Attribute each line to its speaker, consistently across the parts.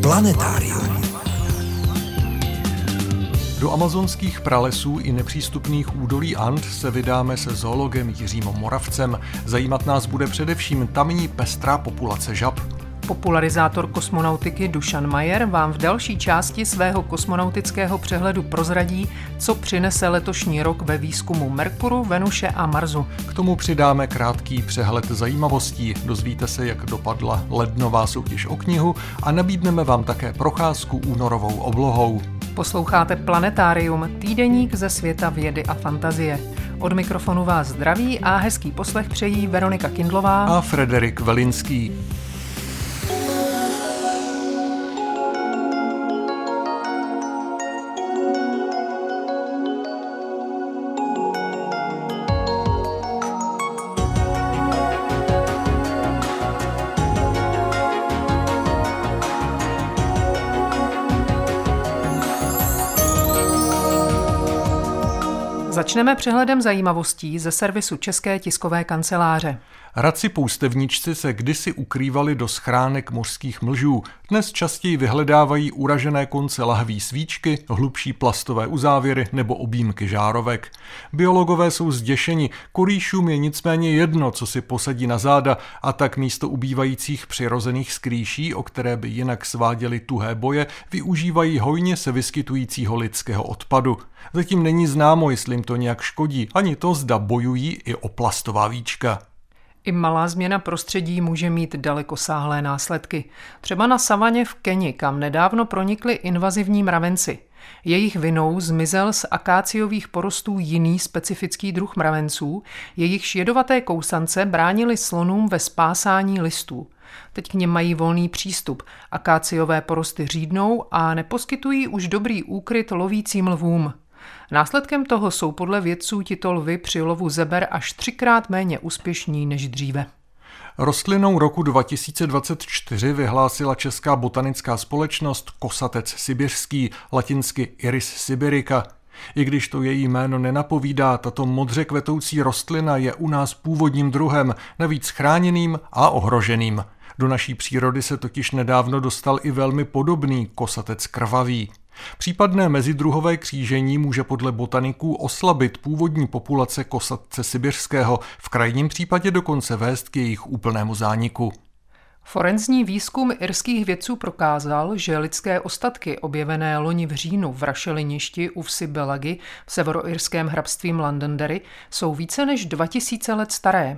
Speaker 1: Planetárium.
Speaker 2: Do amazonských pralesů i nepřístupných údolí And se vydáme se zoologem Jiřím Moravcem. Zajímat nás bude především tamní pestrá populace žab.
Speaker 3: Popularizátor kosmonautiky Dušan Majer vám v další části svého kosmonautického přehledu prozradí, co přinese letošní rok ve výzkumu Merkuru, Venuše a Marsu.
Speaker 2: K tomu přidáme krátký přehled zajímavostí, dozvíte se, jak dopadla lednová soutěž o knihu a nabídneme vám také procházku únorovou oblohou.
Speaker 3: Posloucháte Planetárium, týdeník ze světa vědy a fantazie. Od mikrofonu vás zdraví a hezký poslech přejí Veronika Kindlová
Speaker 2: a Frederik Velinský.
Speaker 3: Začneme přehledem zajímavostí ze servisu České tiskové kanceláře.
Speaker 2: Raci poustevníčci se kdysi ukrývali do schránek mořských mlžů. Dnes častěji vyhledávají uražené konce lahví svíčky, hlubší plastové uzávěry nebo objímky žárovek. Biologové jsou zděšeni, korýšům je nicméně jedno, co si posadí na záda, a tak místo ubývajících přirozených skrýší, o které by jinak sváděly tuhé boje, využívají hojně se vyskytujícího lidského odpadu. Zatím není známo, jestli jim to nějak škodí, ani to, zda bojují i o plastová víčka.
Speaker 3: I malá změna prostředí může mít dalekosáhlé následky. Třeba na savaně v Keni, kam nedávno pronikli invazivní mravenci. Jejich vinou zmizel z akáciových porostů jiný specifický druh mravenců, jejichž jedovaté kousance bránili slonům ve spásání listů. Teď k něm mají volný přístup. Akáciové porosty řídnou a neposkytují už dobrý úkryt lovícím lvům. Následkem toho jsou podle vědců tito lvy při lovu zeber až 3krát méně úspěšní než dříve.
Speaker 2: Rostlinou roku 2024 vyhlásila Česká botanická společnost kosatec sibiřský, latinsky Iris sibirica. I když to její jméno nenapovídá, tato modře kvetoucí rostlina je u nás původním druhem, navíc chráněným a ohroženým. Do naší přírody se totiž nedávno dostal i velmi podobný kosatec krvavý. Případné mezidruhové křížení může podle botaniků oslabit původní populace kosatce sibiřského, v krajním případě dokonce vést k jejich úplnému zániku.
Speaker 3: Forenzní výzkum irských vědců prokázal, že lidské ostatky objevené loni v říjnu v rašeliništi u vsi Belagy v severoirském hrabství Londonderry jsou více než 2000 let staré.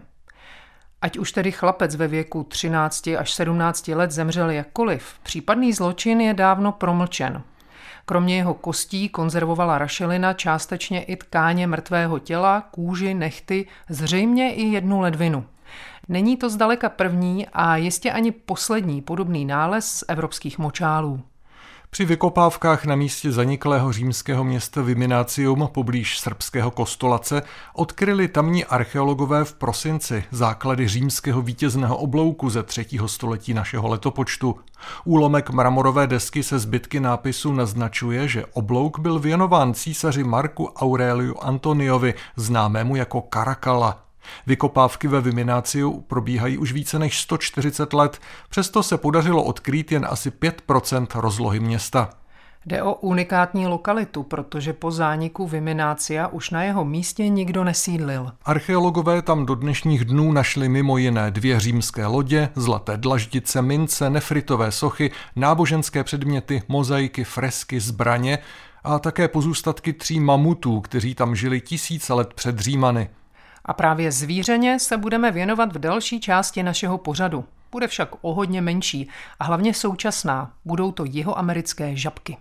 Speaker 3: Ať už tedy chlapec ve věku 13 až 17 let zemřel jakkoliv, případný zločin je dávno promlčen. Kromě jeho kostí konzervovala rašelina částečně i tkáně mrtvého těla, kůži, nehty, zřejmě i jednu ledvinu. Není to zdaleka první a jistě ani poslední podobný nález z evropských močálů.
Speaker 2: Při vykopávkách na místě zaniklého římského města Viminacium poblíž srbského Kostolace odkryli tamní archeologové v prosinci základy římského vítězného oblouku ze 3. století našeho letopočtu. Úlomek mramorové desky se zbytky nápisu naznačuje, že oblouk byl věnován císaři Marku Aureliu Antoniovi, známému jako Caracalla. Vykopávky ve Viminaciu probíhají už více než 140 let, přesto se podařilo odkrýt jen asi 5% rozlohy města.
Speaker 3: Jde o unikátní lokalitu, protože po zániku Viminácia už na jeho místě nikdo nesídlil.
Speaker 2: Archeologové tam do dnešních dnů našli mimo jiné 2 římské lodě, zlaté dlaždice, mince, nefritové sochy, náboženské předměty, mozaiky, fresky, zbraně a také pozůstatky 3 mamutů, kteří tam žili 1000 let před Římany.
Speaker 3: A právě zvířeně se budeme věnovat v další části našeho pořadu. Bude však o hodně menší a hlavně současná. Budou to jihoamerické žabky.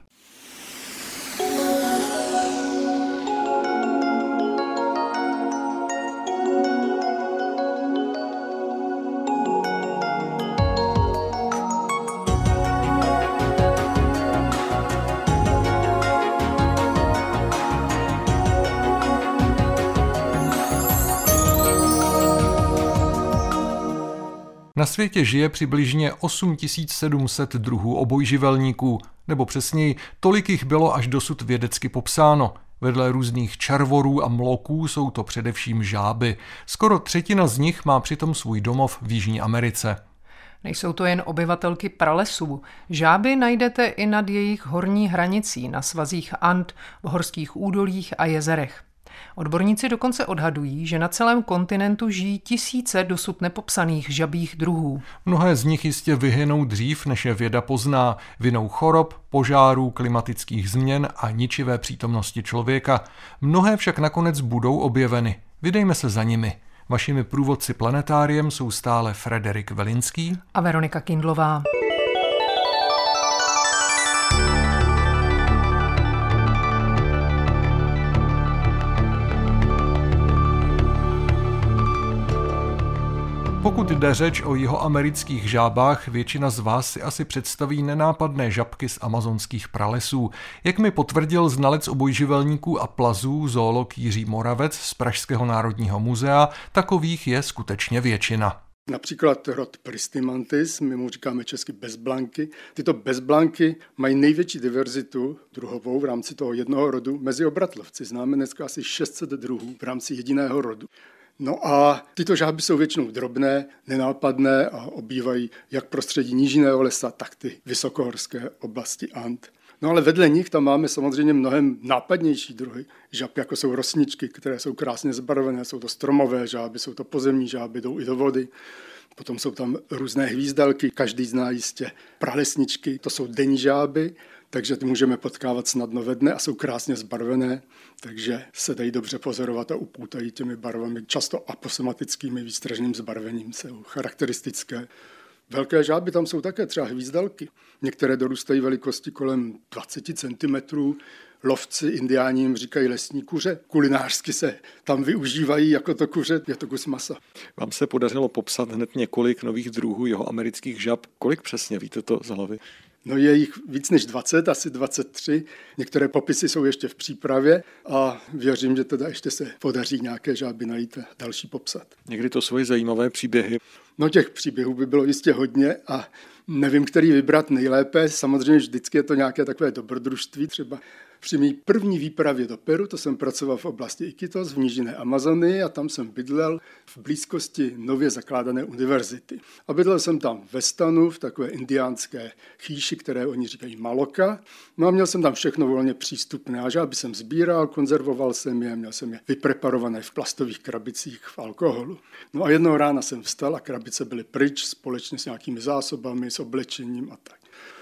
Speaker 2: Na světě žije přibližně 8700 druhů obojživelníků, nebo přesněji, tolik jich bylo až dosud vědecky popsáno. Vedle různých červorů a mloků jsou to především žáby. Skoro 1/3 z nich má přitom svůj domov v Jižní Americe.
Speaker 3: Nejsou to jen obyvatelky pralesů. Žáby najdete i nad jejich horní hranicí, na svazích And, v horských údolích a jezerech. Odborníci dokonce odhadují, že na celém kontinentu žijí tisíce dosud nepopsaných žabích druhů.
Speaker 2: Mnohé z nich jistě vyhynou dřív, než je věda pozná, vinou chorob, požárů, klimatických změn a ničivé přítomnosti člověka. Mnohé však nakonec budou objeveny. Vydejme se za nimi. Vašimi průvodci planetáriem jsou stále Frederik Velinský
Speaker 3: a Veronika Kindlová.
Speaker 2: Pokud jde řeč o jihoamerických žábách, většina z vás si asi představí nenápadné žabky z amazonských pralesů. Jak mi potvrdil znalec obojživelníků a plazů zoolog Jiří Moravec z Pražského národního muzea, takových je skutečně většina.
Speaker 1: Například rod Pristimantis, my mu říkáme česky bezblanky. Tyto bezblanky mají největší diverzitu druhovou v rámci toho jednoho rodu mezi obratlovci. Známe dneska asi 600 druhů v rámci jediného rodu. No a tyto žáby jsou většinou drobné, nenápadné a obývají jak prostředí nížinného lesa, tak ty vysokohorské oblasti And. No ale vedle nich tam máme samozřejmě mnohem nápadnější druhy žab, jako jsou rosničky, které jsou krásně zbarvené, jsou to stromové žáby, jsou to pozemní žáby, jdou i do vody. Potom jsou tam různé hvízdalky, každý zná jistě pralesničky, to jsou denní žáby, takže ty můžeme potkávat snadno ve dne a jsou krásně zbarvené, takže se dají dobře pozorovat a upoutají těmi barvami, často aposematickými výstražným zbarvením, jsou charakteristické. Velké žáby tam jsou také třeba hvízdalky. Některé dorůstají velikosti kolem 20 cm. Lovci indiáni jim říkají lesní kuře. Kulinářsky se tam využívají jako to kuře, je to kus masa.
Speaker 4: Vám se podařilo popsat hned několik nových druhů jihoamerických žab. Kolik přesně, víte to z hlavy?
Speaker 1: No je jich víc než 20, asi 23. Některé popisy jsou ještě v přípravě a věřím, že teda ještě se podaří nějaké žáby najít a další popsat.
Speaker 4: Někdy to jsou zajímavé příběhy.
Speaker 1: No těch příběhů by bylo jistě hodně a nevím, který vybrat nejlépe. Samozřejmě vždycky je to nějaké takové dobrodružství. Třeba při mé první výpravě do Peru, to jsem pracoval v oblasti Iquitos v nížiné Amazonii a tam jsem bydlel v blízkosti nově zakládané univerzity. A bydlel jsem tam ve stanu, v takové indiánské chýši, které oni říkají Maloka. No a měl jsem tam všechno volně přístupné. A žáby jsem sbíral, konzervoval jsem je, měl jsem je vypreparované v plastových krabicích v alkoholu. No a jednoho rána jsem vstal a krabice byly pryč společně s nějakými zásobami, s oblečením a tak.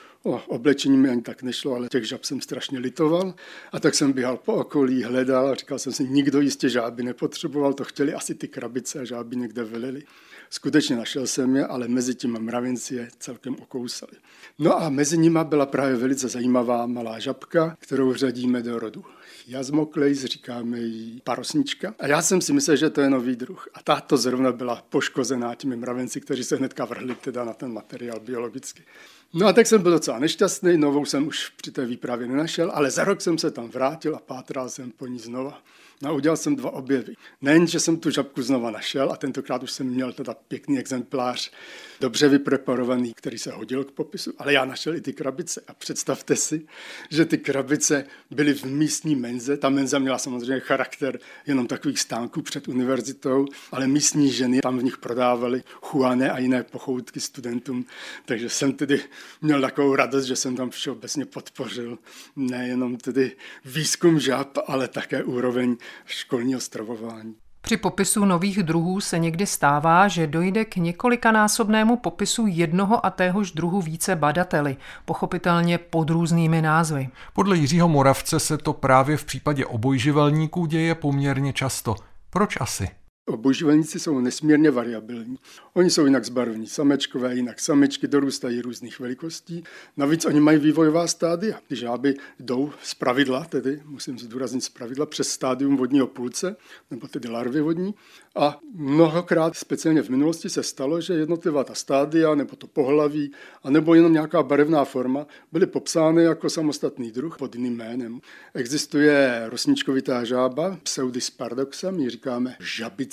Speaker 1: O oblečení mi ani tak nešlo, ale těch žab jsem strašně litoval. A tak jsem běhal po okolí, hledal a říkal jsem si, nikdo jistě žáby nepotřeboval, to chtěli asi ty krabice a žáby někde vylily. Skutečně našel jsem je, ale mezi těmi mravenci je celkem okousali. No a mezi nimi byla právě velice zajímavá malá žabka, kterou řadíme do rodu Chiasmocles, říkáme jí parosnička. A já jsem si myslel, že to je nový druh. A tato zrovna byla poškozená těmi mravenci, kteří se hnedka vrhli teda na ten materiál biologicky. No a tak jsem byl docela nešťastný, novou jsem už při té výpravě nenašel, ale za rok jsem se tam vrátil a pátral jsem po ní znova. No a udělal jsem 2 objevy. Nejen, že jsem tu žabku znova našel a tentokrát už jsem měl teda pěkný exemplář, dobře vypreparovaný, který se hodil k popisu, ale já našel i ty krabice. A představte si, že ty krabice byly v místní menze. Ta menza měla samozřejmě charakter jenom takových stánků před univerzitou, ale místní ženy tam v nich prodávaly chuané a jiné pochoutky studentům. Takže jsem tedy měl takovou radost, že jsem tam všeobecně podpořil nejenom tedy výzkum žab, ale také úroveň školního stravování.
Speaker 3: Při popisu nových druhů se někdy stává, že dojde k několikanásobnému popisu jednoho a téhož druhu více badateli, pochopitelně pod různými názvy.
Speaker 2: Podle Jiřího Moravce se to právě v případě obojživelníků děje poměrně často. Proč asi?
Speaker 1: Obojživelníci jsou nesmírně variabilní. Oni jsou jinak zbarvení samečkové, jinak samičky, dorůstají různých velikostí. Navíc oni mají vývojová stádia. Ty žáby jdou zpravidla, tedy musím zdůraznit zpravidla, přes stádium vodního půlce, nebo tedy larvy vodní. A mnohokrát, speciálně v minulosti, se stalo, že jednotlivá ta stádia, nebo to pohlaví, anebo jenom nějaká barevná forma, byly popsány jako samostatný druh pod jiným jménem. Existuje rosničkovitá žába, Pseudis paradoxa, my říkáme žabice,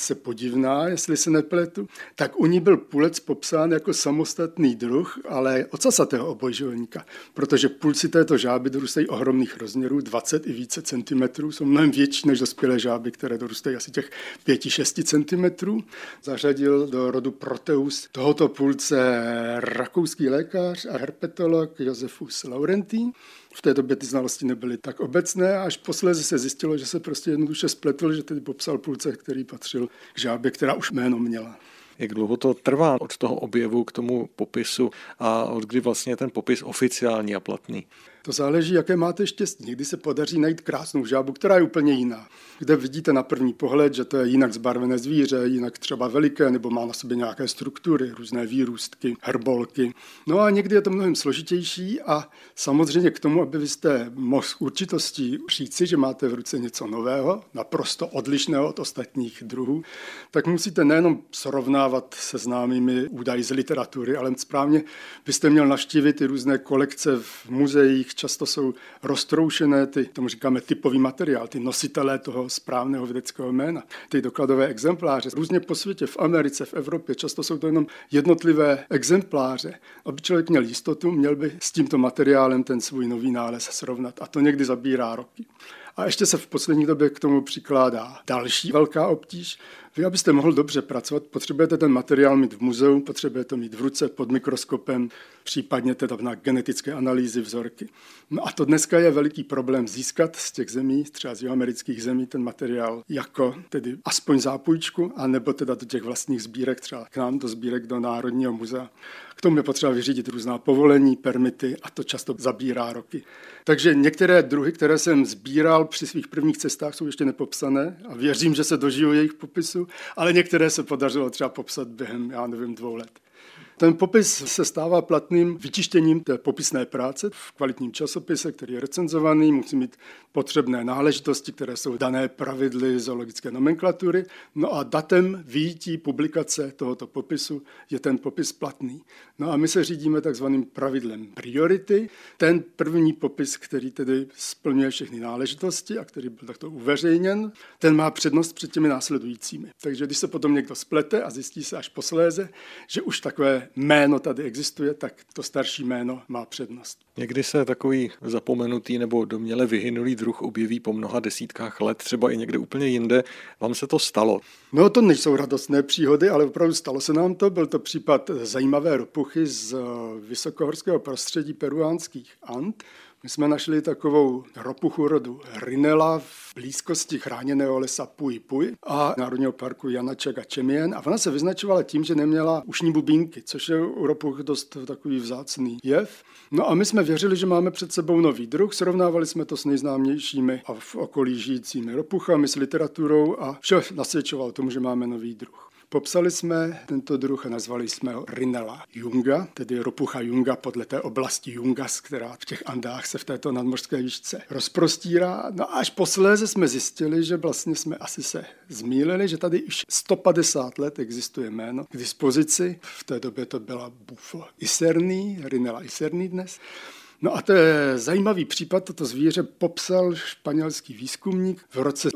Speaker 1: velice podivná, jestli se nepletu, tak u ní byl pulec popsán jako samostatný druh, ale ocasatého obojživelníka, protože pulci této žáby dorůstají ohromných rozměrů, 20 i více centimetrů, jsou mnohem větší než dospělé žáby, které dorůstají asi těch 5-6 centimetrů. Zařadil do rodu Proteus tohoto pulce rakouský lékař a herpetolog Josephus Laurentin. V té době ty znalosti nebyly tak obecné, až posléze se zjistilo, že se prostě jednoduše spletl, že tedy popsal pulce, který patřil k žábě, která už jméno měla.
Speaker 4: Jak dlouho to trvá od toho objevu k tomu popisu a od kdy vlastně je ten popis oficiální a platný?
Speaker 1: To záleží, jaké máte štěstí. Někdy se podaří najít krásnou žábu, která je úplně jiná. Kde vidíte na první pohled, že to je jinak zbarvené zvíře, jinak třeba veliké, nebo má na sobě nějaké struktury, různé výrůstky, hrbolky. No a někdy je to mnohem složitější a samozřejmě k tomu, aby vy jste mohl s určitostí říci, že máte v ruce něco nového, naprosto odlišného od ostatních druhů, tak musíte nejenom srovnávat se známými údaji z literatury, ale správně byste měl navštívit ty různé kolekce v muzeích. Často jsou roztroušené tomu říkáme typový materiál, ty nositelé toho správného vědeckého jména, ty dokladové exempláře. Různě po světě, v Americe, v Evropě, často jsou to jenom jednotlivé exempláře. Aby člověk měl jistotu, měl by s tímto materiálem ten svůj nový nález srovnat. A to někdy zabírá roky. A ještě se v poslední době k tomu přikládá další velká obtíž. Vy, abyste mohl dobře pracovat, potřebujete ten materiál mít v muzeu, potřebujete to mít v ruce pod mikroskopem, případně teda na genetické analýzy vzorky. No a to dneska je veliký problém získat z těch zemí, třeba z jihoamerických zemí, ten materiál jako tedy aspoň zápůjčku, anebo teda do těch vlastních sbírek, třeba k nám do sbírek do Národního muzea. K tomu je potřeba vyřídit různá povolení, permity a to často zabírá roky. Takže některé druhy, které jsem sbíral při svých prvních cestách, jsou ještě nepopsané a věřím, že se dožiju jejich popisu, ale některé se podařilo třeba popsat během, 2 let. Ten popis se stává platným vytištěním té popisné práce v kvalitním časopise, který je recenzovaný, musí mít potřebné náležitosti, které jsou dané pravidly zoologické nomenklatury. No a datem vyjití publikace tohoto popisu je ten popis platný. No a my se řídíme takzvaným pravidlem priority. Ten první popis, který tedy splňuje všechny náležitosti a který byl takto uveřejněn, ten má přednost před těmi následujícími. Takže když se potom někdo splete a zjistí se až posléze, že už takové jméno tady existuje, tak to starší jméno má přednost.
Speaker 4: Někdy se takový zapomenutý nebo domněle vyhynulý druh objeví po mnoha desítkách let, třeba i někde úplně jinde. Vám se to stalo?
Speaker 1: No to nejsou radostné příhody, ale opravdu stalo se nám to. Byl to případ zajímavé ropuchy z vysokohorského prostředí peruánských And. My jsme našli takovou ropuchu rodu Rhinella v blízkosti chráněného lesa Puy Puy a Národního parku Janaček a Čemien a ona se vyznačovala tím, že neměla ušní bubínky, což je u ropuch dost takový vzácný jev. No a my jsme věřili, že máme před sebou nový druh, srovnávali jsme to s nejznámějšími a v okolí žijícími ropuchami, s literaturou a vše nasvědčovalo tomu, že máme nový druh. Popsali jsme tento druh a nazvali jsme ho Rhinella junga, tedy ropucha junga podle té oblasti Jungas, která v těch Andách se v této nadmořské výšce rozprostírá. No a až posléze jsme zjistili, že vlastně jsme asi se zmýlili, že tady už 150 let existuje jméno k dispozici. V té době to byla Bufo iserni, Rhinella iserni dnes. No a to je zajímavý případ, toto zvíře popsal španělský výzkumník v roce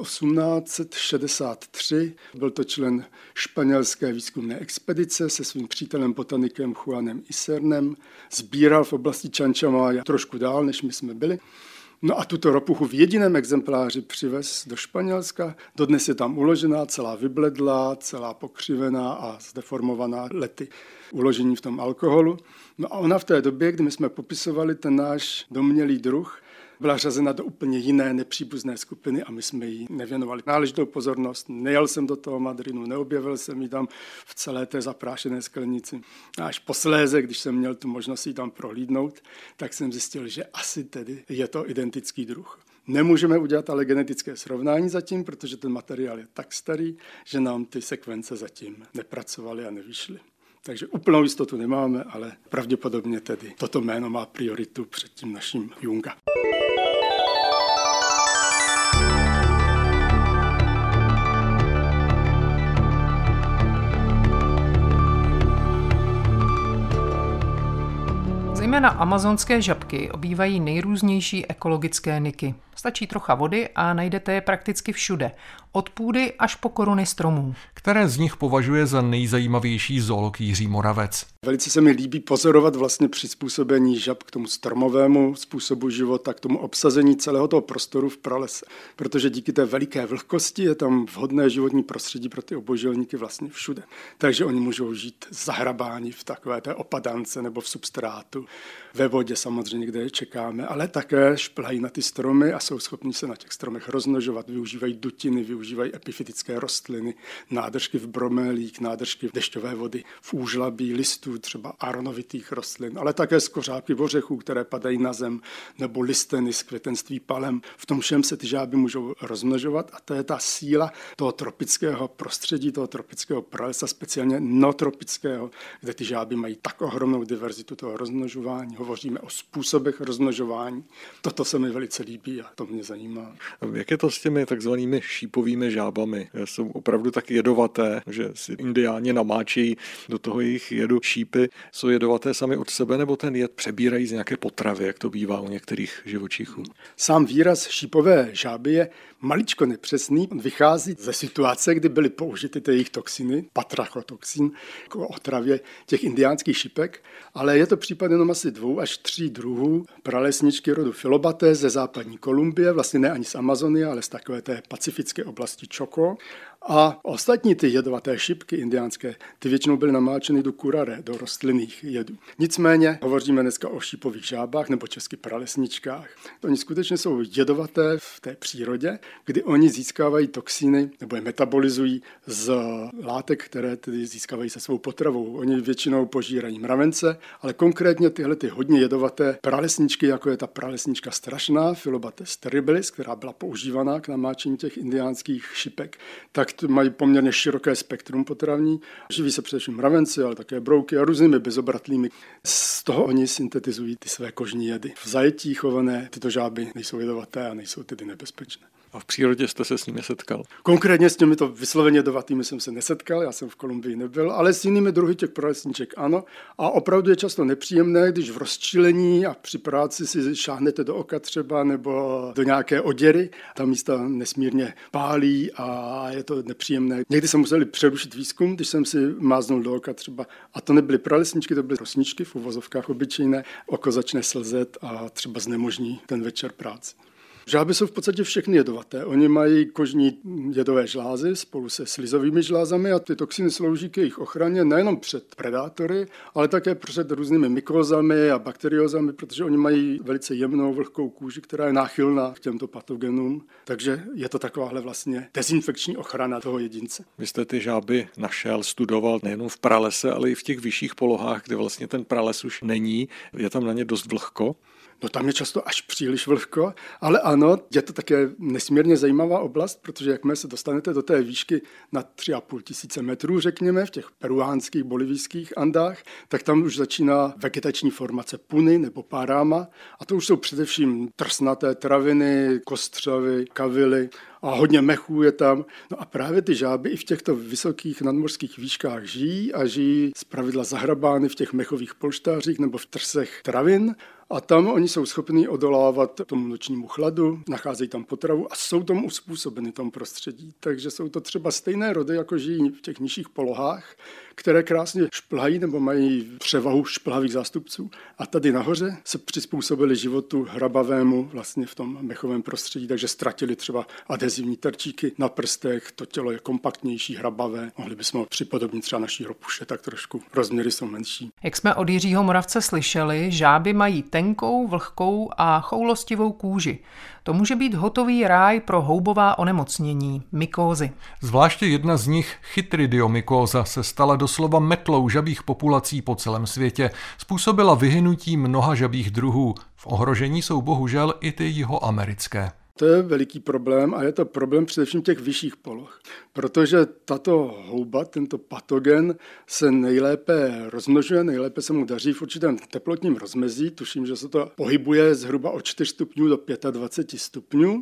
Speaker 1: 1863. Byl to člen španělské výzkumné expedice se svým přítelem botanikem Juanem Isernem. Sbíral v oblasti Chanchamaja trošku dál, než my jsme byli. No a tuto ropuchu v jediném exempláři přivez do Španělska. Dodnes je tam uložená, celá vybledlá, celá pokřivená a zdeformovaná lety uložení v tom alkoholu. No a ona v té době, kdy my jsme popisovali ten náš domnělý druh, byla řazena do úplně jiné nepříbuzné skupiny a my jsme jí nevěnovali náležitou pozornost. Nejel jsem do toho Madridu, neobjevil jsem ji tam v celé té zaprášené sklenici. A až posléze, když jsem měl tu možnost ji tam prohlídnout, tak jsem zjistil, že asi tedy je to identický druh. Nemůžeme udělat ale genetické srovnání zatím, protože ten materiál je tak starý, že nám ty sekvence zatím nepracovaly a nevyšly. Takže úplnou jistotu nemáme, ale pravděpodobně tedy toto jméno má prioritu před tím naším Junga.
Speaker 3: Zejména amazonské žabky obývají nejrůznější ekologické niky. Stačí trocha vody a najdete je prakticky všude. od půdy až po koruny stromů.
Speaker 2: Které z nich považuje za nejzajímavější zoolog Jiří Moravec.
Speaker 1: Velice se mi líbí pozorovat vlastně přizpůsobení žab k tomu stromovému způsobu života, k tomu obsazení celého toho prostoru v pralese. Protože díky té veliké vlhkosti je tam vhodné životní prostředí pro ty obojživelníky vlastně všude. Takže oni můžou žít zahrabáni v takové té opadance nebo v substrátu, ve vodě samozřejmě, kde je čekáme, ale také šplhají na ty stromy a jsou schopni se na těch stromech rozmnožovat, využívají dutiny, využívají epifytické rostliny, nádržky v bromélích, nádržky v dešťové vody, v úžlabí listů, třeba aronovitých rostlin, ale také skořápky ořechů, které padají na zem, nebo listeny z květenství palem. V tom všem se ty žáby můžou rozmnožovat a to je ta síla toho tropického prostředí, toho tropického pralesa, speciálně nootropického, kde ty žáby mají tak ohromnou diverzitu toho rozmnožování. Hovoříme o způsobech rozmnožování. Toto se mi velice líbí a to mě zajímá.
Speaker 4: Jak je to s těmi takzvanými šípovými žábami? Jsou opravdu tak jedovaté, že si indiáni namáčejí do toho jejich jedu šípy. Jsou jedovaté sami od sebe, nebo ten jed přebírají z nějaké potravy, jak to bývá u některých živočichů?
Speaker 1: Sám výraz šípové žáby je maličko nepřesný. On vychází ze situace, kdy byly použity ty jejich toxiny, patrachotoxin, k otravě těch indiánských šipek, ale je to případ jenom asi 2 až 3 druhů pralesničky rodu Filobaté ze západní Kolumbie, vlastně ne ani z Amazonie, ale z takové té pacifické oblasti Chocó. A ostatní ty jedovaté šipky indiánské, ty většinou byly namáčeny do curare, do rostlinných jedů. Nicméně hovoříme dneska o šípových žábách nebo česky pralesničkách. Oni skutečně jsou jedovaté v té přírodě, kdy oni získávají toxiny nebo je metabolizují z látek, které tedy získávají se svou potravou. Oni většinou požírají mravence, ale konkrétně tyhle ty hodně jedovaté pralesničky, jako je ta pralesnička strašná, Filobates terribilis, která byla používaná k namáčení těch indiánských šipek, tak mají poměrně široké spektrum potravní. Živí se především mravenci, ale také brouky a různými bezobratlými. Z toho oni syntetizují ty své kožní jedy. V zajetí chované tyto žáby nejsou jedovaté a nejsou tedy nebezpečné.
Speaker 4: A v přírodě jste se s nimi setkal?
Speaker 1: Konkrétně s těmito vysloveně jedovatými jsem se nesetkal, já jsem v Kolumbii nebyl, ale s jinými druhy těch pralesniček ano. A opravdu je často nepříjemné, když v rozčílení a při práci si šáhnete do oka třeba nebo do nějaké oděry. Ta místa nesmírně pálí a je to nepříjemné. Někdy jsme museli přerušit výzkum, když jsem si máznul do oka třeba. A to nebyly pralesničky, to byly rosničky v uvozovkách obyčejné. Oko začne slzet a třeba znemožní ten večer práci. Žáby jsou v podstatě všechny jedovaté. Oni mají kožní jedové žlázy spolu se slizovými žlázami a ty toxiny slouží k jejich ochraně nejenom před predátory, ale také před různými mykozami a bakteriózami, protože oni mají velice jemnou vlhkou kůži, která je náchylná k těmto patogenům. Takže je to takováhle vlastně dezinfekční ochrana toho jedince.
Speaker 4: Vy jste ty žáby našel, studoval nejenom v pralese, ale i v těch vyšších polohách, kde vlastně ten prales už není. Je tam na ně dost vlhko?
Speaker 1: No tam je často až příliš vlhko, ale ano, je to také nesmírně zajímavá oblast, protože jakmile se dostanete do té výšky na 3,5 tisíce metrů, řekněme, v těch peruánských, bolivijských Andách, tak tam už začíná vegetační formace puny nebo paráma a to už jsou především trsnaté traviny, kostřavy, kavily a hodně mechů je tam. No a právě ty žáby i v těchto vysokých nadmořských výškách žijí a žijí zpravidla zahrabány v těch mechových polštářích nebo v trsech travin. A tam oni jsou schopni odolávat tomu nočnímu chladu, nacházejí tam potravu a jsou tomu uspůsobeny tomu prostředí. Takže jsou to třeba stejné rody, jako žijí v těch nižších polohách, které krásně šplhají nebo mají převahu šplhavých zástupců. A tady nahoře se přizpůsobili životu hrabavému vlastně v tom mechovém prostředí, takže ztratili třeba adhezivní terčíky na prstech, to tělo je kompaktnější, hrabavé. Mohli bychom ho připodobnit třeba naší ropuše, tak trošku rozměry jsou menší.
Speaker 3: Jak jsme od Jiřího Moravce slyšeli, žáby mají tenkou, vlhkou a choulostivou kůži. To může být hotový ráj pro houbová onemocnění, mykózy.
Speaker 2: Zvláště jedna z nich, chytridiomykóza, se stala doslova metlou žabích populací po celém světě. Způsobila vyhynutí mnoha žabích druhů. V ohrožení jsou bohužel i ty jihoamerické.
Speaker 1: To je veliký problém a je to problém především těch vyšších poloh, protože tato houba, tento patogen se nejlépe rozmnožuje, nejlépe se mu daří v určitém teplotním rozmezí, tuším, že se to pohybuje zhruba od 4 stupňů do 25 stupňů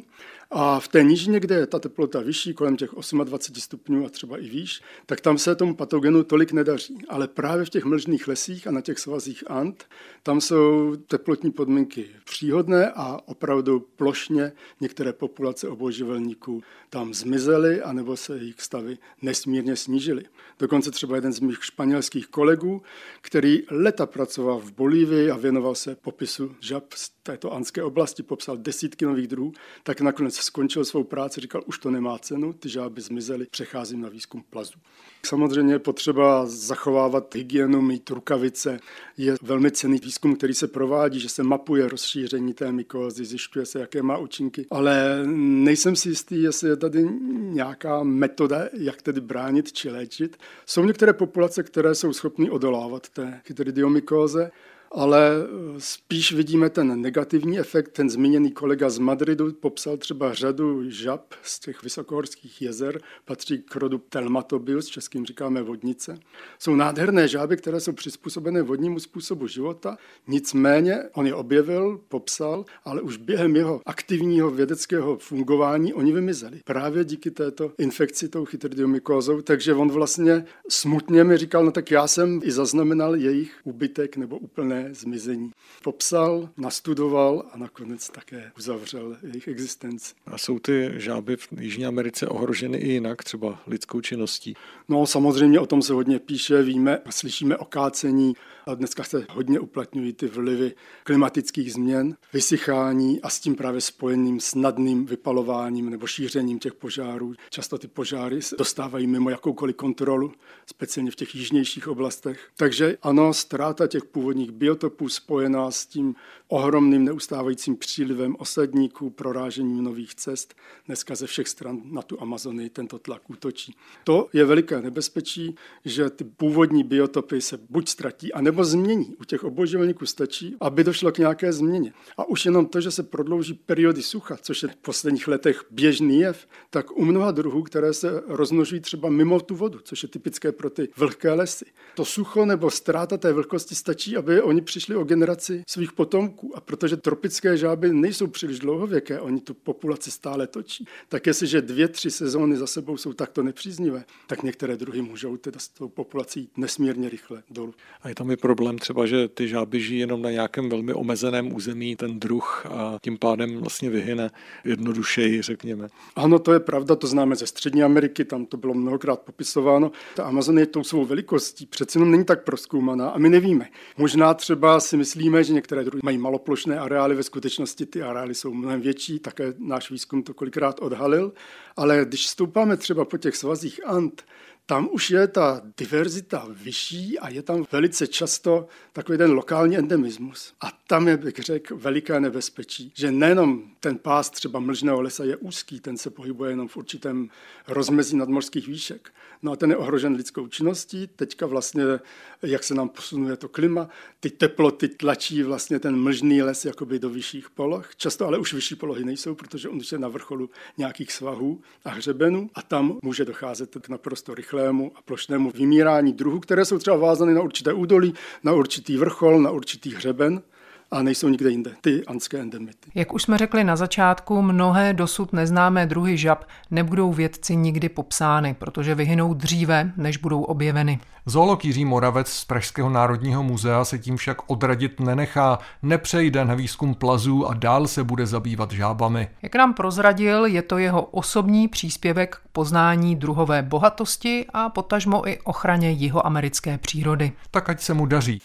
Speaker 1: A v té nížině, kde je ta teplota vyšší, kolem těch 28 stupňů a třeba i výš, tak tam se tomu patogenu tolik nedaří. Ale právě v těch mlžných lesích a na těch svazích And, tam jsou teplotní podmínky příhodné a opravdu plošně některé populace obojživelníků tam zmizely, anebo se jejich stavy nesmírně snížily. Dokonce třeba jeden z mých španělských kolegů, který leta pracoval v Bolívii a věnoval se popisu žab z této andské oblasti, popsal desítky nových druhů, tak nakonec skončil svou práci, říkal, už to nemá cenu, ty žáby zmizely, přecházím na výzkum plazů. Samozřejmě je potřeba zachovávat hygienu, mít rukavice. Je velmi cenný výzkum, který se provádí, že se mapuje rozšíření té mykózy, zjišťuje se, jaké má účinky, ale nejsem si jistý, jestli je tady nějaká metoda, jak tedy bránit či léčit. Jsou některé populace, které jsou schopny odolávat té chytridiomykóze, ale spíš vidíme ten negativní efekt. Ten zmíněný kolega z Madridu popsal třeba řadu žab z těch vysokohorských jezer, patří k rodu Telmatobius, českým říkáme vodnice. Jsou nádherné žáby, které jsou přizpůsobené vodnímu způsobu života, nicméně on je objevil, popsal, ale už během jeho aktivního vědeckého fungování oni vymizeli. Právě díky této infekci tou chytridiomykózou, takže on vlastně smutně mi říkal, no tak já jsem i zaznamenal jejich úbytek nebo úplné zmizení. Popsal, nastudoval a nakonec také uzavřel jejich existenci.
Speaker 4: A jsou ty žáby v Jižní Americe ohroženy i jinak, třeba lidskou činností?
Speaker 1: No samozřejmě o tom se hodně píše, víme, slyšíme o kácení a dneska se hodně uplatňují ty vlivy klimatických změn, vysychání a s tím právě spojeným snadným vypalováním nebo šířením těch požárů. Často ty požáry se dostávají mimo jakoukoliv kontrolu, speciálně v těch jižnějších oblastech. Takže ano, ztráta těch původních biotopů spojená s tím ohromným neustávajícím přílivem osadníků, prorážením nových cest. Dneska ze všech stran na tu Amazonii tento tlak útočí. To je veliké nebezpečí, že ty původní biotopy se buď ztratí, anebo změní. U těch obojživelníků stačí, aby došlo k nějaké změně. A už jenom to, že se prodlouží periody sucha, což je v posledních letech běžný jev, tak u mnoha druhů, které se rozmnožují třeba mimo tu vodu, což je typické pro ty vlhké lesy. To sucho nebo ztráta té vlhkosti stačí, aby oni přišli o generaci svých potomků. A protože tropické žáby nejsou příliš dlouhověké, oni tu populaci stále točí, tak jestliže 2-3 sezóny za sebou jsou takto nepříznivé, tak některé druhy můžou teda s tou populací nesmírně rychle dolů.
Speaker 4: A je tam i problém třeba, že ty žáby žijí jenom na nějakém velmi omezeném území, ten druh, a tím pádem vlastně vyhyne jednodušeji, řekněme.
Speaker 1: Ano, to je pravda, to známe ze Střední Ameriky, tam to bylo mnohokrát popisováno. Ta Amazonie tou svou velikostí přece jenom není tak prozkoumaná a my nevíme. Možná třeba si myslíme, že některé druhy mají maloplošné areály, ve skutečnosti ty areály jsou mnohem větší, také náš výzkum to kolikrát odhalil, ale když stoupáme třeba po těch svazích And, tam už je ta diverzita vyšší a je tam velice často takový ten lokální endemismus. A tam je, bych řekl, veliké nebezpečí, že nejenom ten pás třeba mlžného lesa je úzký, ten se pohybuje jenom v určitém rozmezí nadmořských výšek. No a ten je ohrožen lidskou činností. Teďka vlastně, jak se nám posunuje to klima, ty teploty tlačí vlastně ten mlžný les jakoby do vyšších poloh. Často ale už vyšší polohy nejsou, protože on už je na vrcholu nějakých svahů a hřebenů a tam může docházet k naprosto rychlému a plošnému vymírání druhů, které jsou třeba vázány na určité údolí, na určitý vrchol, na určitý hřeben. A nejsou nikde jinde, ty andské endemity.
Speaker 3: Jak už jsme řekli na začátku, mnohé dosud neznámé druhy žab nebudou vědci nikdy popsány, protože vyhynou dříve, než budou objeveny.
Speaker 2: Zoolog Jiří Moravec z Pražského národního muzea se tím však odradit nenechá, nepřejde na výzkum plazů a dál se bude zabývat žábami.
Speaker 3: Jak nám prozradil, je to jeho osobní příspěvek k poznání druhové bohatosti a potažmo i ochraně jihoamerické přírody.
Speaker 2: Tak ať se mu daří.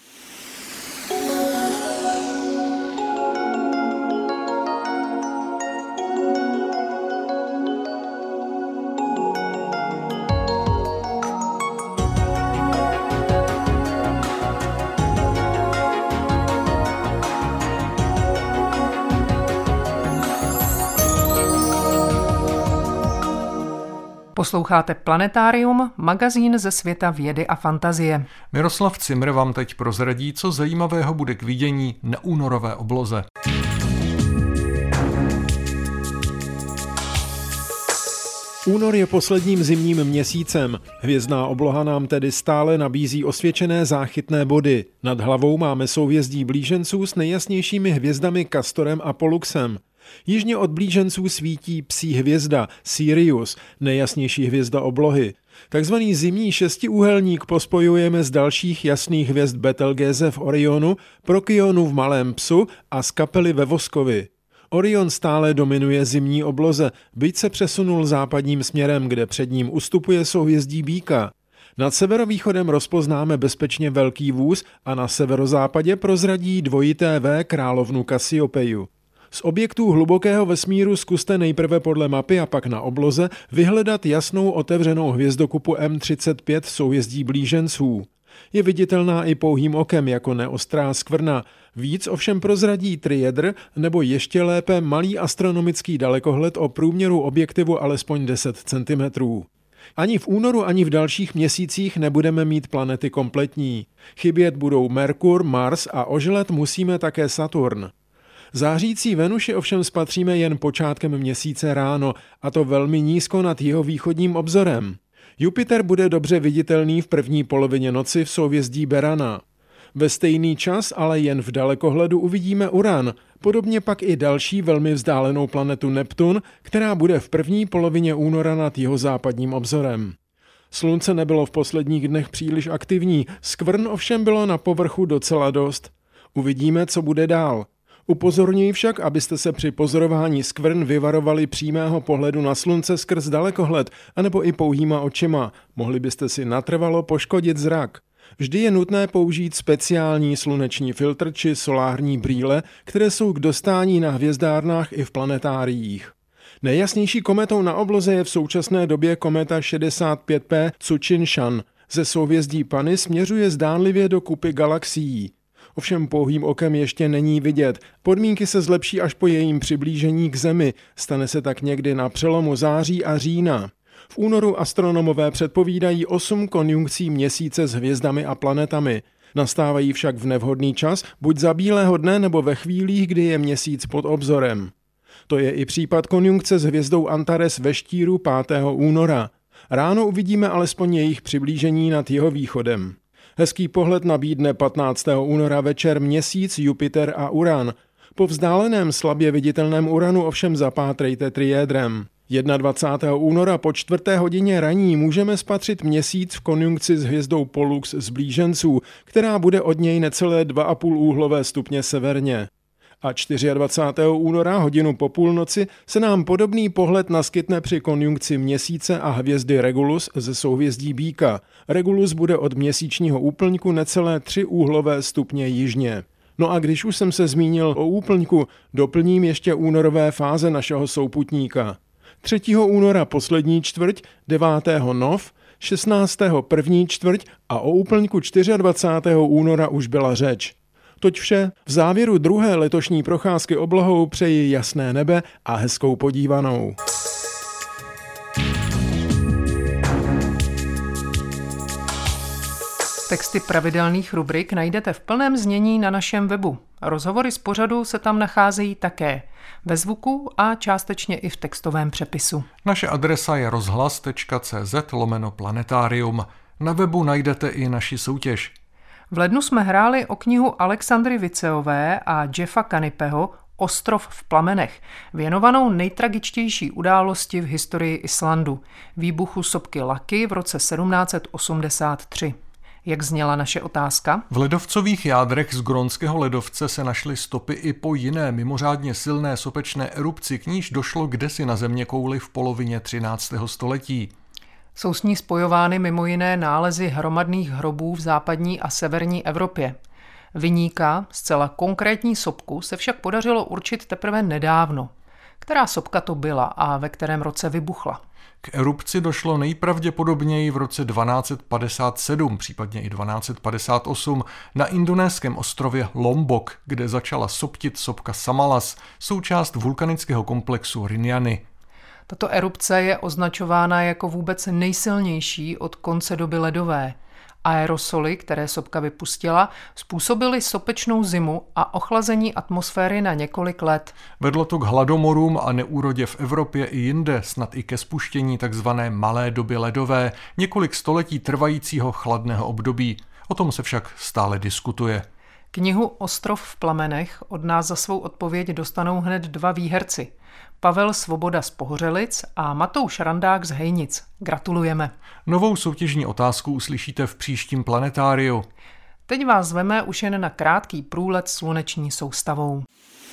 Speaker 3: Posloucháte Planetárium, magazín ze světa vědy a fantazie.
Speaker 2: Miroslav Cimr vám teď prozradí, co zajímavého bude k vidění na únorové obloze.
Speaker 5: Únor je posledním zimním měsícem. Hvězdná obloha nám tedy stále nabízí osvědčené záchytné body. Nad hlavou máme souhvězdí blíženců s nejjasnějšími hvězdami Castorem a Polluxem. Jižně od blíženců svítí psí hvězda Sirius, nejjasnější hvězda oblohy. Takzvaný zimní šestiúhelník pospojujeme z dalších jasných hvězd Betelgéze v Orionu, Prokyonu v Malém psu a z Kapely ve Voskovi. Orion stále dominuje zimní obloze, byť se přesunul západním směrem, kde před ním ustupuje souhvězdí Býka. Nad severovýchodem rozpoznáme bezpečně Velký vůz a na severozápadě prozradí dvojité V královnu Kasiopeju. Z objektů hlubokého vesmíru zkuste nejprve podle mapy a pak na obloze vyhledat jasnou otevřenou hvězdokupu M35 souhvězdí blíženců. Je viditelná i pouhým okem jako neostrá skvrna. Víc ovšem prozradí triedr nebo ještě lépe malý astronomický dalekohled o průměru objektivu alespoň 10 cm. Ani v únoru, ani v dalších měsících nebudeme mít planety kompletní. Chybět budou Merkur, Mars a oželet musíme také Saturn. Zářící Venuši ovšem spatříme jen počátkem měsíce ráno, a to velmi nízko nad jeho východním obzorem. Jupiter bude dobře viditelný v první polovině noci v souhvězdí Berana. Ve stejný čas, ale jen v dalekohledu uvidíme Uran, podobně pak i další velmi vzdálenou planetu Neptun, která bude v první polovině února nad jeho západním obzorem. Slunce nebylo v posledních dnech příliš aktivní, skvrn ovšem bylo na povrchu docela dost. Uvidíme, co bude dál. Upozorňuji však, abyste se při pozorování skvrn vyvarovali přímého pohledu na slunce skrz dalekohled, anebo i pouhýma očima. Mohli byste si natrvalo poškodit zrak. Vždy je nutné použít speciální sluneční filtr či solární brýle, které jsou k dostání na hvězdárnách i v planetáriích. Nejjasnější kometou na obloze je v současné době kometa 65P Tsuchinshan. Ze souhvězdí Pany směřuje zdánlivě do kupy galaxií. Ovšem pouhým okem ještě není vidět. Podmínky se zlepší až po jejím přiblížení k Zemi. Stane se tak někdy na přelomu září a října. V únoru astronomové předpovídají 8 konjunkcí měsíce s hvězdami a planetami. Nastávají však v nevhodný čas, buď za bílého dne nebo ve chvílích, kdy je měsíc pod obzorem. To je i případ konjunkce s hvězdou Antares ve štíru 5. února. Ráno uvidíme alespoň jejich přiblížení nad jeho východem. Hezký pohled nabídne 15. února večer Měsíc, Jupiter a Uran. Po vzdáleném slabě viditelném Uranu ovšem zapátrejte triédrem. 21. února po 4. hodině raní můžeme spatřit Měsíc v konjunkci s hvězdou Pollux z blíženců, která bude od něj necelé 2,5 úhlové stupně severně. A 24. února hodinu po půlnoci se nám podobný pohled naskytne při konjunkci Měsíce a hvězdy Regulus ze souhvězdí Býka. Regulus bude od měsíčního úplňku necelé 3 úhlové stupně jižně. No a když už jsem se zmínil o úplňku, doplním ještě únorové fáze našeho souputníka. 3. února poslední čtvrť, 9. nov, 16. první čtvrť a o úplňku 24. února už byla řeč. Toť vše, v závěru druhé letošní procházky oblohou přeji jasné nebe a hezkou podívanou.
Speaker 3: Texty pravidelných rubrik najdete v plném znění na našem webu. Rozhovory z pořadu se tam nacházejí také ve zvuku a částečně i v textovém přepisu.
Speaker 2: Naše adresa je rozhlas.cz/planetarium. Na webu najdete i naši soutěž.
Speaker 3: V lednu jsme hráli o knihu Alexandry Viceové a Jeffa Kanipeho Ostrov v plamenech, věnovanou nejtragičtější události v historii Islandu, výbuchu sopky Laki v roce 1783. Jak zněla naše otázka?
Speaker 2: V ledovcových jádrech z Grónského ledovce se našly stopy i po jiné mimořádně silné sopečné erupci, k níž došlo kdesi na zeměkouli v polovině 13. století.
Speaker 3: Jsou s ní spojovány mimo jiné nálezy hromadných hrobů v západní a severní Evropě. Viníka, zcela konkrétní sopku, se však podařilo určit teprve nedávno. Která sopka to byla a ve kterém roce vybuchla?
Speaker 2: K erupci došlo nejpravděpodobněji v roce 1257, případně i 1258, na indonéském ostrově Lombok, kde začala soptit sopka Samalas, součást vulkanického komplexu Rinjani.
Speaker 3: Tato erupce je označována jako vůbec nejsilnější od konce doby ledové. Aerosoly, které sopka vypustila, způsobily sopečnou zimu a ochlazení atmosféry na několik let.
Speaker 2: Vedlo to k hladomorům a neúrodě v Evropě i jinde, snad i ke spuštění tzv. Malé doby ledové, několik století trvajícího chladného období. O tom se však stále diskutuje.
Speaker 3: Knihu Ostrov v plamenech od nás za svou odpověď dostanou hned 2 výherci. Pavel Svoboda z Pohořelic a Matouš Randák z Hejnic. Gratulujeme.
Speaker 2: Novou soutěžní otázku uslyšíte v příštím planetáriu.
Speaker 3: Teď vás zveme už jen na krátký průlet sluneční soustavou.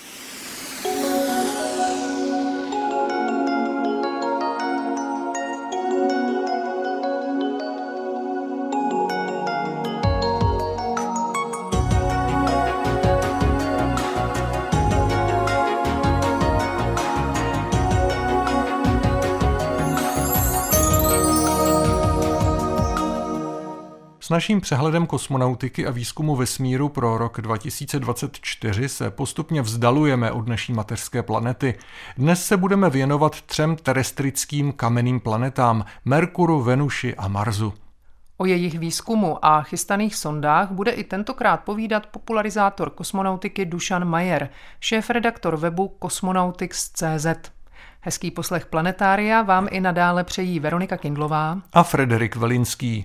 Speaker 2: S naším přehledem kosmonautiky a výzkumu vesmíru pro rok 2024 se postupně vzdalujeme od naší mateřské planety. Dnes se budeme věnovat 3 terestrickým kamenným planetám – Merkuru, Venuši a Marsu.
Speaker 3: O jejich výzkumu a chystaných sondách bude i tentokrát povídat popularizátor kosmonautiky Dušan Majer, šéfredaktor webu Cosmonautics.cz. Hezký poslech planetária vám i nadále přejí Veronika Kindlová
Speaker 2: a Frederik Velinský.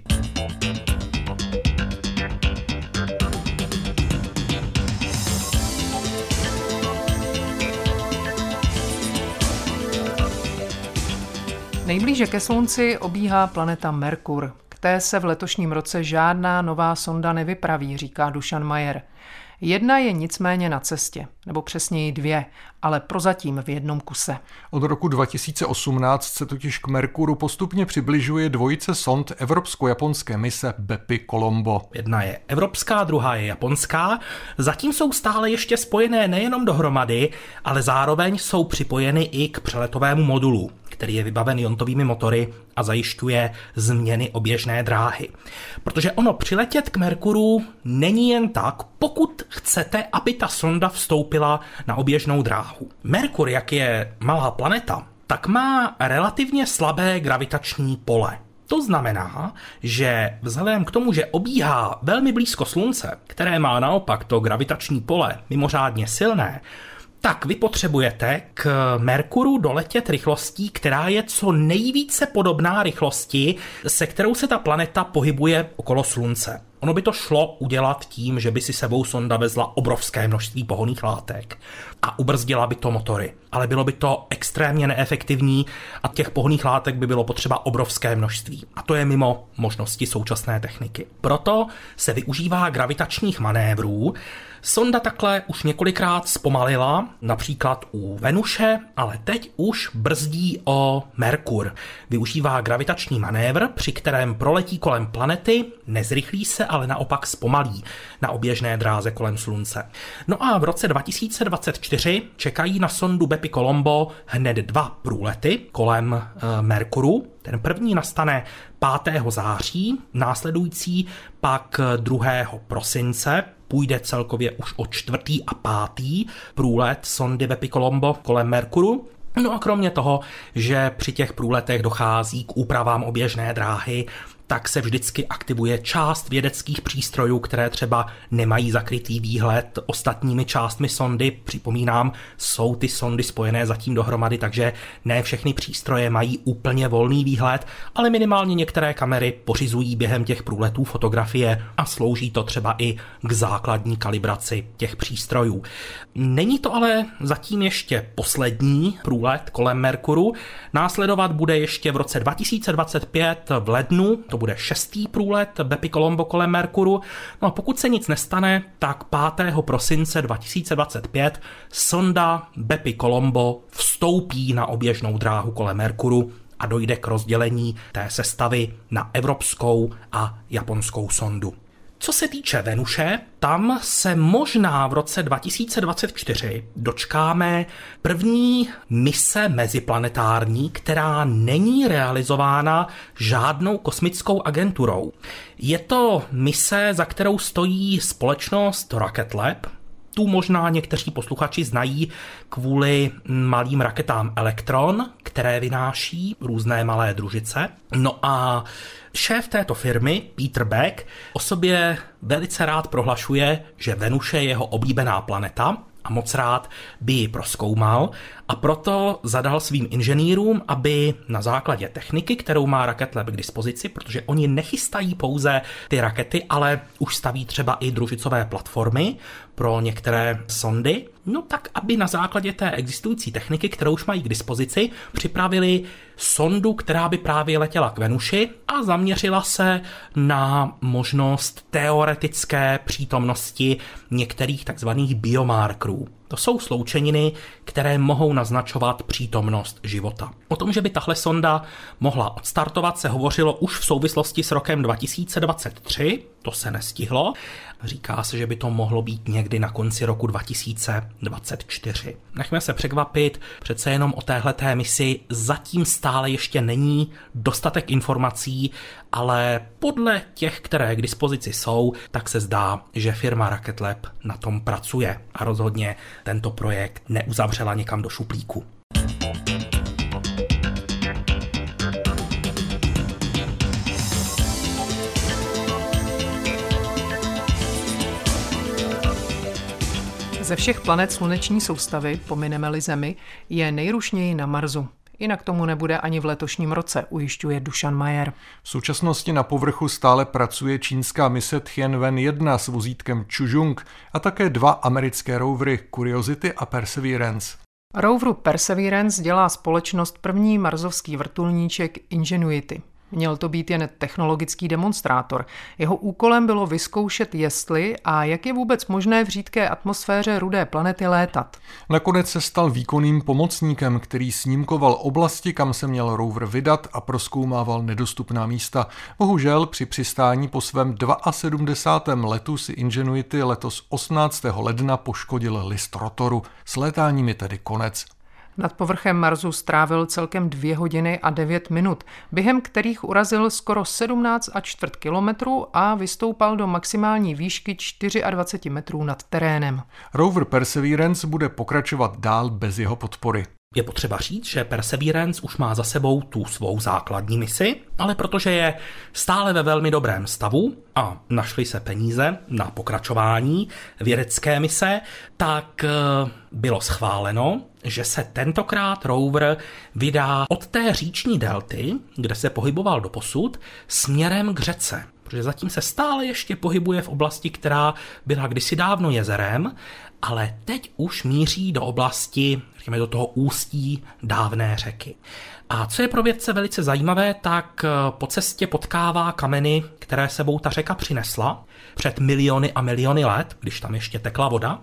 Speaker 3: Nejblíže ke Slunci obíhá planeta Merkur. K té se v letošním roce žádná nová sonda nevypraví, říká Dušan Majer. Jedna je nicméně na cestě, nebo přesněji 2, ale prozatím v jednom kuse.
Speaker 2: Od roku 2018 se totiž k Merkuru postupně přibližuje dvojice sond evropsko-japonské mise BEPI Colombo.
Speaker 6: Jedna je evropská, druhá je japonská. Zatím jsou stále ještě spojené nejenom dohromady, ale zároveň jsou připojeny i k přeletovému modulu, který je vybaven iontovými motory a zajišťuje změny oběžné dráhy. Protože ono přiletět k Merkuru není jen tak, pokud chcete, aby ta sonda vstoupila na oběžnou dráhu. Merkur, jak je malá planeta, tak má relativně slabé gravitační pole. To znamená, že vzhledem k tomu, že obíhá velmi blízko Slunce, které má naopak to gravitační pole mimořádně silné, tak vy potřebujete k Merkuru doletět rychlostí, která je co nejvíce podobná rychlosti, se kterou se ta planeta pohybuje okolo Slunce. Ono by to šlo udělat tím, že by si sebou sonda vezla obrovské množství pohonných látek a ubrzdila by to motory. Ale bylo by to extrémně neefektivní a těch pohonných látek by bylo potřeba obrovské množství. A to je mimo možnosti současné techniky. Proto se využívá gravitačních manévrů. Sonda takhle už několikrát zpomalila, například u Venuše, ale teď už brzdí o Merkur. Využívá gravitační manévr, při kterém proletí kolem planety, nezrychlí se, ale naopak zpomalí na oběžné dráze kolem Slunce. No a v roce 2024 čekají na sondu BEPI Colombo hned 2 průlety kolem Merkuru. Ten první nastane 5. září, následující pak 2. prosince. Půjde celkově už o 4. a 5. průlet sondy BEPI Colombo kolem Merkuru. No a kromě toho, že při těch průletech dochází k úpravám oběžné dráhy, tak se vždycky aktivuje část vědeckých přístrojů, které třeba nemají zakrytý výhled ostatními částmi sondy. Připomínám, jsou ty sondy spojené zatím dohromady, takže ne všechny přístroje mají úplně volný výhled, ale minimálně některé kamery pořizují během těch průletů fotografie a slouží to třeba i k základní kalibraci těch přístrojů. Není to ale zatím ještě poslední průlet kolem Merkuru. Následovat bude ještě v roce 2025 v lednu, to bude 6. průlet BEPI Colombo kolem Merkuru. No a pokud se nic nestane, tak 5. prosince 2025 sonda BEPI Colombo vstoupí na oběžnou dráhu kolem Merkuru a dojde k rozdělení té sestavy na evropskou a japonskou sondu. Co se týče Venuše, tam se možná v roce 2024 dočkáme první mise meziplanetární, která není realizována žádnou kosmickou agenturou. Je to mise, za kterou stojí společnost Rocket Lab. Tu možná někteří posluchači znají kvůli malým raketám Electron, které vynáší různé malé družice. No a šéf této firmy, Peter Beck, o sobě velice rád prohlašuje, že Venuše je jeho oblíbená planeta a moc rád by ji prozkoumal a proto zadal svým inženýrům, aby na základě techniky, kterou má Rocket Lab k dispozici, protože oni nechystají pouze ty rakety, ale už staví třeba i družicové platformy pro některé sondy, no tak aby na základě té existující techniky, kterou už mají k dispozici, připravili sondu, která by právě letěla k Venuši a zaměřila se na možnost teoretické přítomnosti některých takzvaných biomarkerů. To jsou sloučeniny, které mohou naznačovat přítomnost života. O tom, že by tahle sonda mohla odstartovat, se hovořilo už v souvislosti s rokem 2023, to se nestihlo. Říká se, že by to mohlo být někdy na konci roku 2024. Nechme se překvapit, přece jenom o téhleté misi zatím stále ještě není dostatek informací, ale podle těch, které k dispozici jsou, tak se zdá, že firma Rocket Lab na tom pracuje a rozhodně tento projekt neuzavřela někam do šuplíku.
Speaker 3: Ze všech planet sluneční soustavy, pomineme-li Zemi, je nejrušněji na Marsu. Jinak tomu nebude ani v letošním roce, ujišťuje Dušan Majer.
Speaker 2: V současnosti na povrchu stále pracuje čínská mise Tianwen-1 s vozítkem Chuzhong a také 2 americké rovery Curiosity a Perseverance.
Speaker 3: Roveru Perseverance dělá společnost první marsovský vrtulníček Ingenuity. Měl to být jen technologický demonstrátor. Jeho úkolem bylo vyzkoušet, jestli a jak je vůbec možné v řídké atmosféře rudé planety létat.
Speaker 2: Nakonec se stal výkonným pomocníkem, který snímkoval oblasti, kam se měl rover vydat a prozkoumával nedostupná místa. Bohužel při přistání po svém 72. letu si Ingenuity letos 18. ledna poškodil list rotoru. S létáním je tedy konec.
Speaker 3: Nad povrchem Marsu strávil celkem 2 hodiny a 9 minut, během kterých urazil skoro 17,25 kilometrů a vystoupal do maximální výšky 24 metrů nad terénem.
Speaker 2: Rover Perseverance bude pokračovat dál bez jeho podpory.
Speaker 6: Je potřeba říct, že Perseverance už má za sebou tu svou základní misi, ale protože je stále ve velmi dobrém stavu a našly se peníze na pokračování vědecké mise, tak bylo schváleno, že se tentokrát rover vydá od té říční delty, kde se pohyboval doposud, směrem k řece. Protože zatím se stále ještě pohybuje v oblasti, která byla kdysi dávno jezerem, ale teď už míří do oblasti, řekněme, do toho ústí dávné řeky. A co je pro vědce velice zajímavé, tak po cestě potkává kameny, které sebou ta řeka přinesla před miliony a miliony let, když tam ještě tekla voda.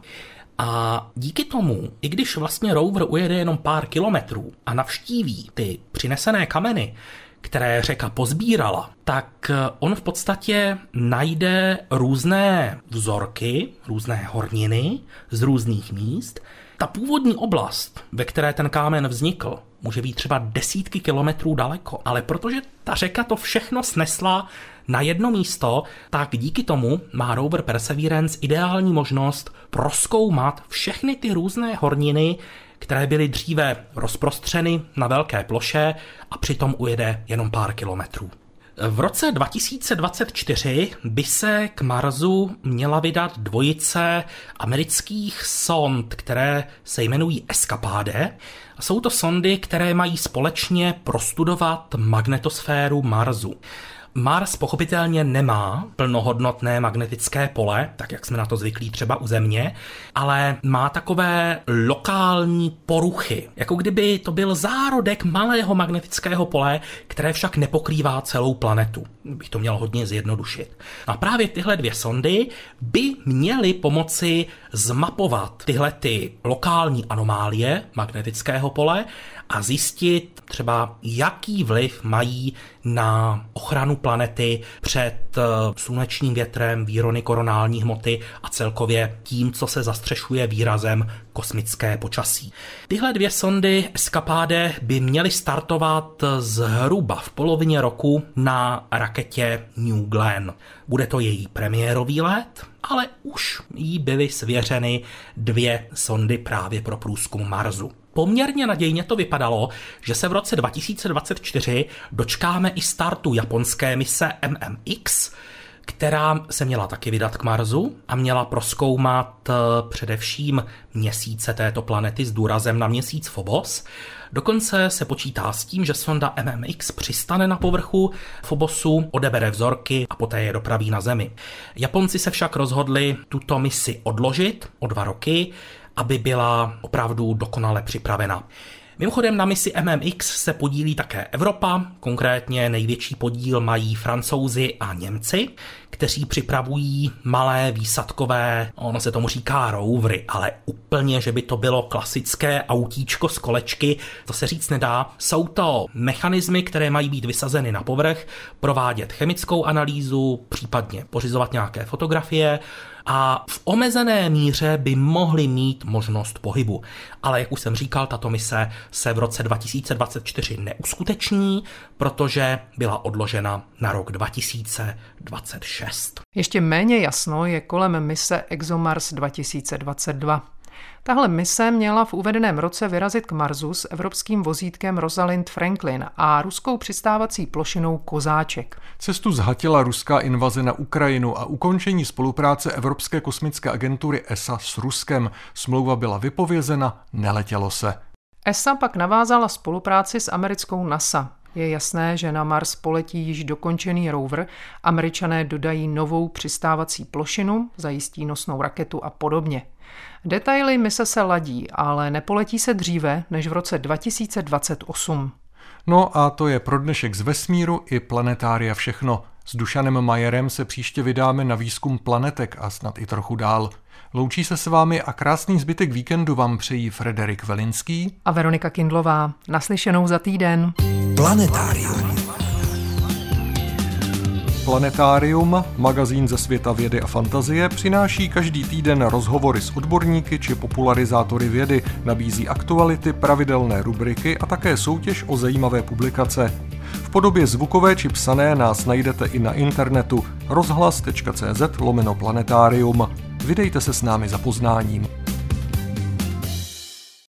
Speaker 6: A díky tomu, i když vlastně rover ujede jenom pár kilometrů a navštíví ty přinesené kameny, které řeka pozbírala, tak on v podstatě najde různé vzorky, různé horniny z různých míst. Ta původní oblast, ve které ten kámen vznikl, může být třeba desítky kilometrů daleko, ale protože ta řeka to všechno snesla na jedno místo, tak díky tomu má rover Perseverance ideální možnost prozkoumat všechny ty různé horniny, které byly dříve rozprostřeny na velké ploše a přitom ujede jenom pár kilometrů. V roce 2024 by se k Marsu měla vydat dvojice amerických sond, které se jmenují Escapade. Jsou to sondy, které mají společně prostudovat magnetosféru Marsu. Mars pochopitelně nemá plnohodnotné magnetické pole, tak jak jsme na to zvyklí třeba u Země, ale má takové lokální poruchy, jako kdyby to byl zárodek malého magnetického pole, které však nepokrývá celou planetu. Bych to měl hodně zjednodušit. A právě tyhle 2 sondy by měly pomoci zmapovat tyhle ty lokální anomálie magnetického pole a zjistit třeba, jaký vliv mají na ochranu planety před slunečním větrem, výrony koronální hmoty a celkově tím, co se zastřešuje výrazem kosmické počasí. Tyhle 2 sondy Escapade by měly startovat zhruba v polovině roku na raketě New Glenn. Bude to její premiérový let, ale už jí byly svěřeny 2 sondy právě pro průzkum Marsu. Poměrně nadějně to vypadalo, že se v roce 2024 dočkáme i startu japonské mise MMX, která se měla taky vydat k Marsu a měla prozkoumat především měsíce této planety s důrazem na měsíc Phobos. Dokonce se počítá s tím, že sonda MMX přistane na povrchu Phobosu, odebere vzorky a poté je dopraví na Zemi. Japonci se však rozhodli tuto misi odložit o 2 roky, aby byla opravdu dokonale připravena. Mimochodem na misi MMX se podílí také Evropa, konkrétně největší podíl mají Francouzi a Němci, kteří připravují malé výsadkové, ono se tomu říká rovery, ale úplně, že by to bylo klasické autíčko z kolečky, to se říct nedá. Jsou to mechanismy, které mají být vysazeny na povrch, provádět chemickou analýzu, případně pořizovat nějaké fotografie, a v omezené míře by mohli mít možnost pohybu. Ale jak už jsem říkal, tato mise se v roce 2024 neuskuteční, protože byla odložena na rok 2026.
Speaker 3: Ještě méně jasno je kolem mise ExoMars 2022. Tahle mise měla v uvedeném roce vyrazit k Marsu s evropským vozítkem Rosalind Franklin a ruskou přistávací plošinou Kozáček.
Speaker 2: Cestu zhatila ruská invaze na Ukrajinu a ukončení spolupráce Evropské kosmické agentury ESA s Ruskem. Smlouva byla vypovězena, neletělo se.
Speaker 3: ESA pak navázala spolupráci s americkou NASA. Je jasné, že na Mars poletí již dokončený rover, Američané dodají novou přistávací plošinu, zajistí nosnou raketu a podobně. Detaily mise se ladí, ale nepoletí se dříve než v roce 2028.
Speaker 2: No a to je pro dnešek z vesmíru i planetária všechno. S Dušanem Majerem se příště vydáme na výzkum planetek a snad i trochu dál. Loučí se s vámi a krásný zbytek víkendu vám přejí Frederik Velinský
Speaker 3: a Veronika Kindlová. Naslyšenou za týden.
Speaker 7: Planetárium.
Speaker 2: Planetárium, magazín ze světa vědy a fantazie, přináší každý týden rozhovory s odborníky či popularizátory vědy, nabízí aktuality, pravidelné rubriky a také soutěž o zajímavé publikace. V podobě zvukové či psané nás najdete i na internetu rozhlas.cz/planetarium. Vydejte se s námi za poznáním.